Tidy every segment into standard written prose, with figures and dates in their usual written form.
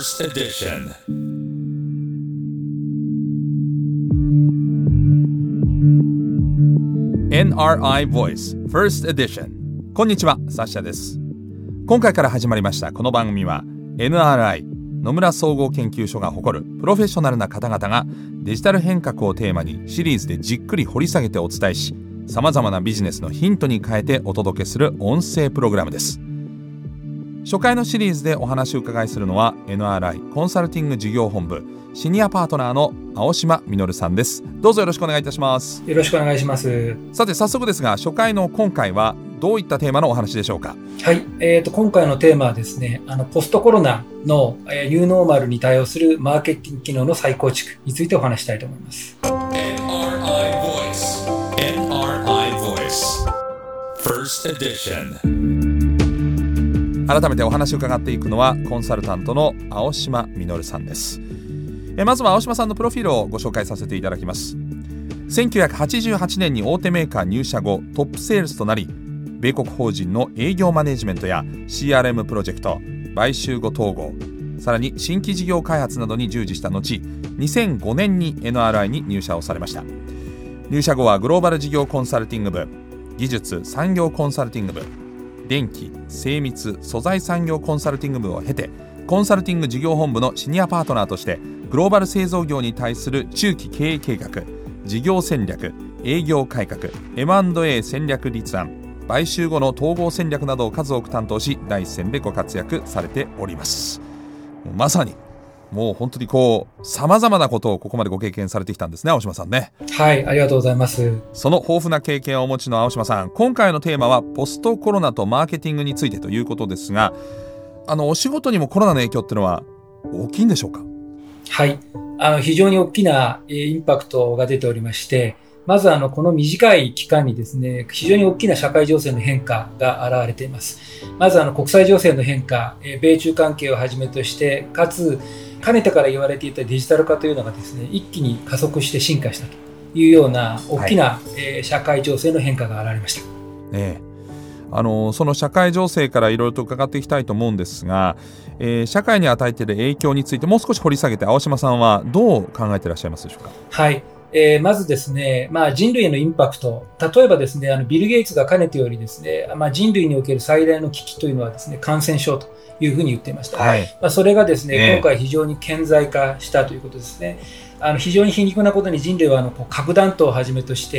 First Edition NRI Voice First Edition。 こんにちは、サッシャです。今回から始まりましたこの番組は NRI 野村総合研究所が誇るプロフェッショナルな方々がデジタル変革をテーマにシリーズでじっくり掘り下げてお伝えし、様々なビジネスのヒントに変えてお届けする音声プログラムです。初回のシリーズでお話を伺いするのは NRI コンサルティング事業本部シニアパートナーの青島実さんです。どうぞよろしくお願いいたします。 よろしくお願いします。 さて早速ですが、初回の今回はどういったテーマのお話でしょうか。 はい、今回のテーマはですね、ポストコロナの、ニューノーマルに対応するマーケティング機能の再構築についてお話したいと思います。 NRI Voice First Edition。改めてお話を伺っていくのはコンサルタントの青島実さんです。まずは青島さんのプロフィールをご紹介させていただきます。1988年に大手メーカー入社後トップセールスとなり、米国法人の営業マネジメントや CRM プロジェクト、買収後統合、さらに新規事業開発などに従事した後、2005年に NRI に入社をされました。入社後はグローバル事業コンサルティング部、技術産業コンサルティング部、電気精密素材産業コンサルティング部を経て、コンサルティング事業本部のシニアパートナーとしてグローバル製造業に対する中期経営計画、事業戦略、営業改革、 M&A 戦略立案、買収後の統合戦略などを数多く担当し、第一線でご活躍されております。まさにもう本当に様々なことをここまでご経験されてきたんですね、青島さんね。 はい、ありがとうございます。 その豊富な経験をお持ちの青島さん、今回のテーマはポストコロナとマーケティングについてということですが、お仕事にもコロナの影響っていうのは大きいんでしょうか。 はい、非常に大きなインパクトが出ておりまして、まずこの短い期間にですね、非常に大きな社会情勢の変化が現れています。まず国際情勢の変化、米中関係をはじめとして、かつかねてから言われていたデジタル化というのがですね、一気に加速して進化したというような大きな、社会情勢の変化が現れました。 その社会情勢からいろいろと伺っていきたいと思うんですが、社会に与えている影響についてもう少し掘り下げて、青島さんはどう考えていらっしゃいますでしょうか。 はい、まずですね、人類へのインパクト、例えばですね、ビル・ゲイツがかねてよりですね、人類における最大の危機というのはですね、感染症というふうに言っていました。それがですね、今回非常に顕在化したということですね。非常に皮肉なことに人類は核弾頭をはじめとして、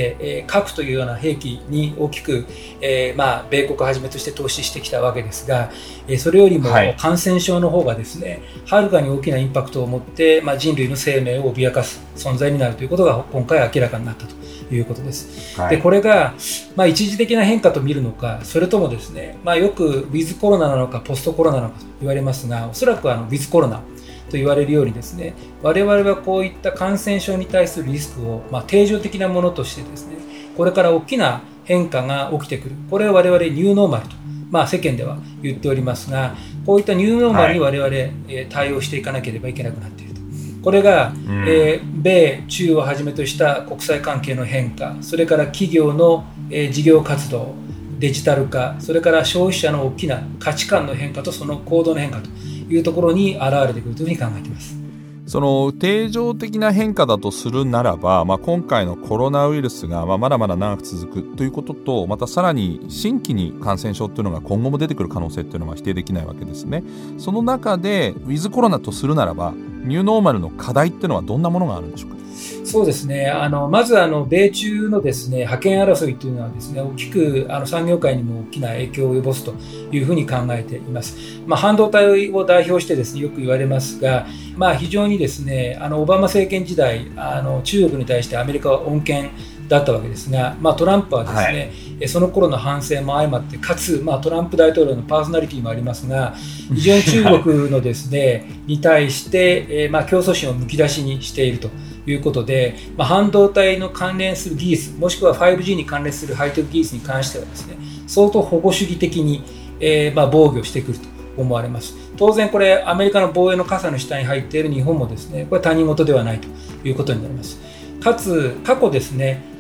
核というような兵器に大きく、米国をはじめとして投資してきたわけですが、それよりも感染症の方がですね、はるかに大きなインパクトを持って、人類の生命を脅かす存在になるということが今回明らかになったということです。でこれが、一時的な変化と見るのか、それともですね、よくウィズコロナなのかポストコロナなのかと言われますが、おそらくウィズコロナと言われるようにですね、我々はこういった感染症に対するリスクを、定常的なものとしてですね、これから大きな変化が起きてくる、これを我々ニューノーマルと、世間では言っておりますが、こういったニューノーマルに我々、対応していかなければいけなくなっていると。これが、米中をはじめとした国際関係の変化、それから企業の、事業活動、デジタル化、それから消費者の大きな価値観の変化とその行動の変化というところに現れてくるというふうに考えています。 その定常的な変化だとするならば、今回のコロナウイルスがまだまだ長く続くということと、またさらに新規に感染症というのが今後も出てくる可能性というのは否定できないわけですね。その中でウィズコロナとするならば、ニューノーマルの課題っていうのはどんなものがあるんでしょうか。 そうですね、まず米中のですね、覇権争いというのはですね、大きく産業界にも大きな影響を及ぼすというふうに考えています。半導体を代表してですね、よく言われますが、非常にですね、オバマ政権時代、中国に対してアメリカは穏健だったわけですが、トランプはですね、その頃の反省も相まって、かつ、トランプ大統領のパーソナリティもありますが、非常に中国のですねに対して、競争心をむき出しにしているということで、半導体の関連する技術、もしくは 5G に関連するハイテク技術に関してはですね、相当保護主義的に、防御してくると思われます。当然これアメリカの防衛の傘の下に入っている日本もですね、これ他人事ではないということになります。かつ過去ですね、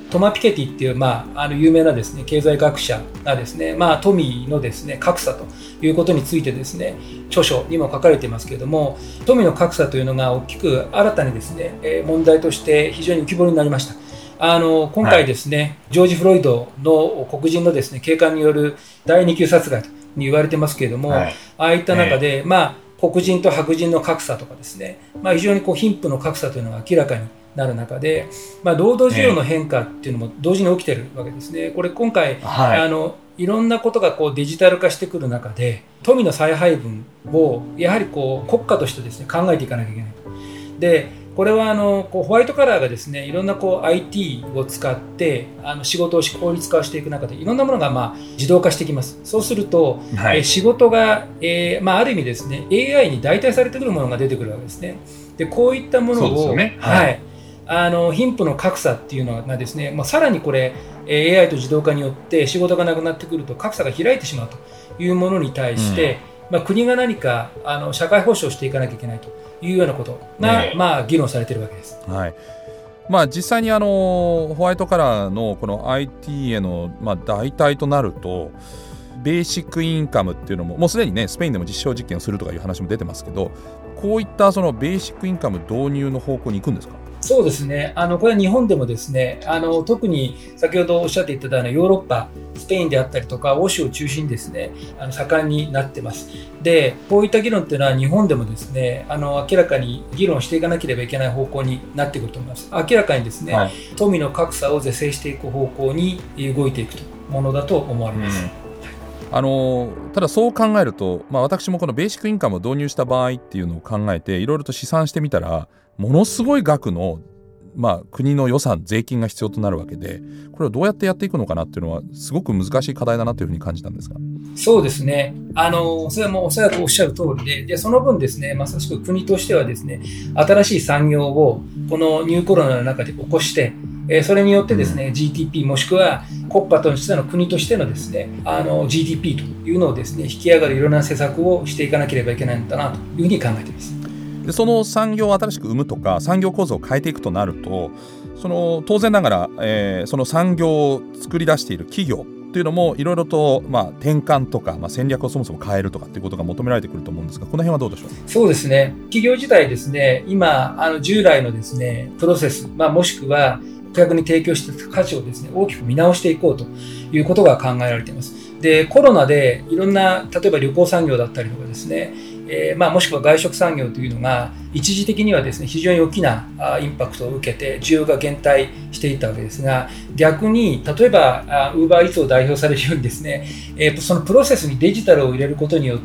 トマ・ピケティっていう、有名なですね、経済学者がですね、富のですね、格差ということについてですね、著書にも書かれていますけれども、富の格差というのが大きく新たにですね、問題として非常に浮き彫りになりました。今回ですね、ジョージ・フロイドの黒人のですね、警官による第2級殺害と言われてますけれども、ああいった中で、黒人と白人の格差とかですね、非常に貧富の格差というのが明らかになる中で、労働需要の変化っていうのも同時に起きているわけですね。これ今回、いろんなことがデジタル化してくる中で、富の再配分をやはり国家としてですね、考えていかなきゃいけないと。で、これはホワイトカラーがですね、いろんなIT を使って仕事を効率化していく中で、いろんなものが自動化してきます。そうすると、仕事が、ある意味ですね、AI に代替されてくるものが出てくるわけですね。で、こういったものを、貧富の格差っていうのがですね、さらにこれ AI と自動化によって仕事がなくなってくると格差が開いてしまうというものに対して、国が何か社会保障していかなきゃいけないというようなことが、議論されているわけです。 実際にホワイトカラーのこの IT への、代替となると、ベーシックインカムっていうのももうすでにね、スペインでも実証実験をするとかいう話も出てますけど、こういったそのベーシックインカム導入の方向に行くんですか？ そうですね。これは日本でもですね、特に先ほどおっしゃっていただいたヨーロッパ、スペインであったりとか欧州を中心にですね、盛んになってます。で、こういった議論っていうのは日本でもですね、明らかに議論していかなければいけない方向になってくると思います。明らかにですね、富の格差を是正していく方向に動いていくものだと思われます。 ただそう考えると、私もこのベーシックインカムを導入した場合っていうのを考えていろいろと試算してみたら、ものすごい額の、国の予算税金が必要となるわけで、これをどうやってやっていくのかなっていうのはすごく難しい課題だなというふうに感じたんですが。 そうですね。それはもうおそらくおっしゃる通りで、その分ですね、まさしく国としてはですね、新しい産業をこのニューコロナの中で起こして、それによってですね、GDP もしくは国家としての国としてのですね、GDP というのをですね、引き上がるいろんな施策をしていかなければいけないんだなというふうに考えています。 で、その産業を新しく生むとか産業構造を変えていくとなると、当然ながら、その産業を作り出している企業っていうのもいろいろと、転換とか、戦略をそもそも変えるとかっていうことが求められてくると思うんですが、この辺はどうでしょう？ そうですね。企業自体ですね、今従来のですねプロセス、もしくは顧客に提供している価値をですね大きく見直していこうということが考えられています。で、コロナでいろんな、例えば旅行産業だったりとかですね、もしくは外食産業というのが一時的にはですね非常に大きなインパクトを受けて需要が減退していったわけですが、逆に例えばUber Eatsを代表されるようにですね、そのプロセスにデジタルを入れることによって、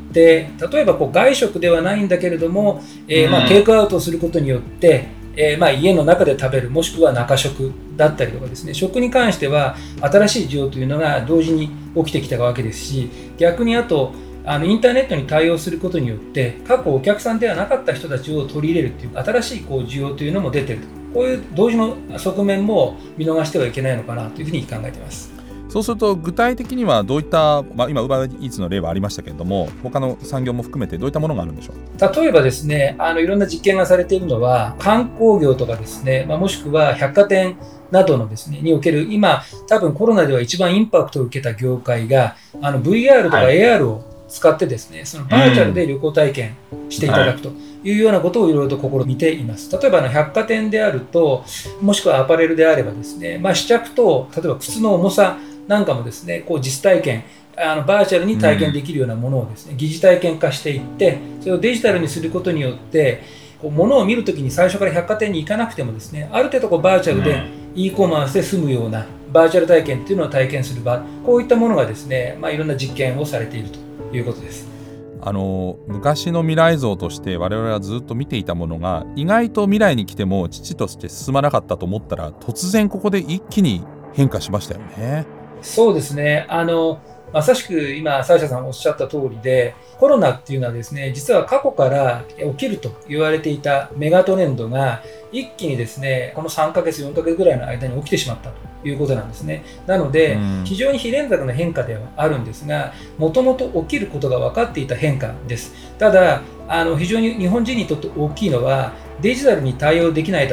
例えば外食ではないんだけれども、テイクアウトをすることによって家の中で食べる、もしくは中食だったりとかですね、食に関しては新しい需要というのが同時に起きてきたわけですし、逆にあとインターネットに対応することによって過去お客さんではなかった人たちを取り入れるという新しい需要というのも出ていると、こういう同時の側面も見逃してはいけないのかなというふうに考えています。 そうすると具体的にはどういった、今 Uber Eats の例はありましたけれども、他の産業も含めてどういったものがあるんでしょう？ 例えばですね、いろんな実験がされているのは観光業とかですね、もしくは百貨店などのですねにおける、今多分コロナでは一番インパクトを受けた業界がVR とか AR を使ってですね、そのバーチャルで旅行体験していただくというようなことをいろいろと試みています。例えば百貨店であると、もしくはアパレルであればですね、試着と例えば靴の重さなんかもですね、実体験、バーチャルに体験できるようなものをですね、疑似体験化していって、それをデジタルにすることによって、物を見るときに最初から百貨店に行かなくてもですね、ある程度バーチャルで e コマースで済むようなバーチャル体験っていうのを体験する場、こういったものがですね、いろんな実験をされているということです。 昔の未来像として我々はずっと見ていたものが、意外と未来に来ても父として進まなかったと思ったら、突然ここで一気に変化しましたよね。 そうですね。まさしく今サーシャさんおっしゃった通りで、コロナっていうのはですね、実は過去から起きると言われていたメガトレンドが一気にですね、この3ヶ月4ヶ月ぐらいの間に起きてしまったということなんですね。なので非常に非連続な変化ではあるんですが、もともと起きることが分かっていた変化です。ただ非常に日本人にとって大きいのは、デジタルに対応できないだろうと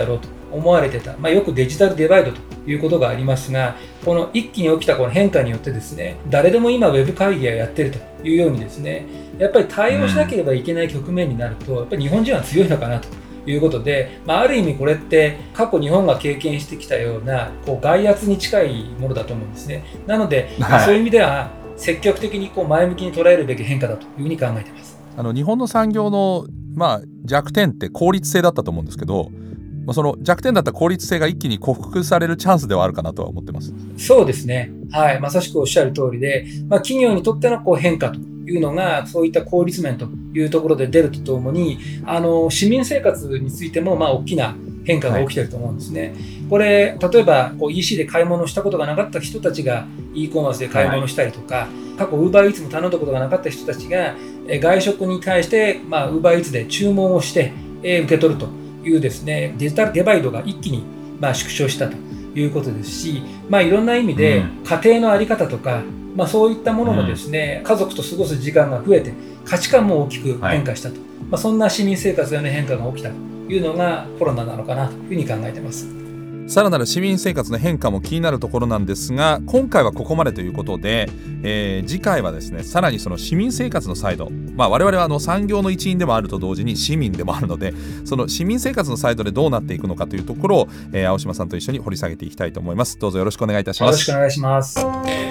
思われてた、よくデジタルデバイドということがありますが、この一気に起きたこの変化によってですね、誰でも今ウェブ会議をやってるというようにですね、やっぱり対応しなければいけない局面になると、やっぱり日本人は強いのかなということで、ある意味これって過去日本が経験してきたような外圧に近いものだと思うんですね。なので、そういう意味では積極的に前向きに捉えるべき変化だというふうに考えています。 日本の産業の、弱点って効率性だったと思うんですけど、その弱点だった効率性が一気に克服されるチャンスではあるかなとは思ってます。 そうですね、はい、まさしくおっしゃる通りで、企業にとっての変化というのがそういった効率面というところで出るとともに、市民生活についても大きな変化が起きていると思うんですね。これ例えばEC で買い物したことがなかった人たちが e コマースで買い物したりとか、過去 Uber Eats も頼んだことがなかった人たちが外食に対して Uber Eats で注文をして受け取るというですね、デジタルデバイドが一気に縮小したということですし、いろんな意味で家庭の在り方とか、そういったものもですね、家族と過ごす時間が増えて価値観も大きく変化したと、そんな市民生活への変化が起きたというのがコロナなのかなというふうに考えています。 さらなる市民生活の変化も気になるところなんですが、今回はここまでということで、次回はですね、さらにその市民生活のサイド、我々は産業の一員でもあると同時に市民でもあるので、その市民生活のサイドでどうなっていくのかというところを、青島さんと一緒に掘り下げていきたいと思います。どうぞよろしくお願いいたします。 よろしくお願いします。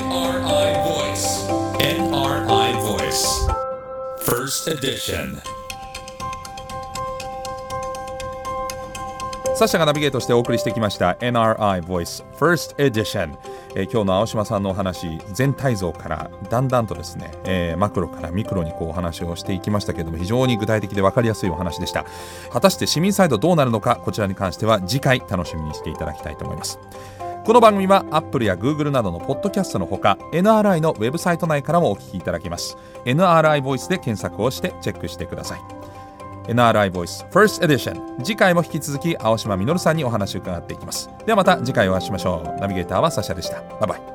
NRI Voice First Edition。サッシャがナビゲートしてお送りしてきました NRI Voice First Edition。今日の青島さんのお話、全体像からだんだんとですね、マクロからミクロにお話をしていきましたけれども、非常に具体的で分かりやすいお話でした。果たして市民サイドどうなるのか、こちらに関しては次回楽しみにしていただきたいと思います。この番組は Apple や Google などのポッドキャストのほか、 NRI のウェブサイト内からもお聞きいただけます。 NRI Voice で検索をしてチェックしてください。NRI Voice First Edition、 次回も引き続き青島実さんにお話を伺っていきます。ではまた次回お会いしましょう。ナビゲーターはサシャでした。バイバイ。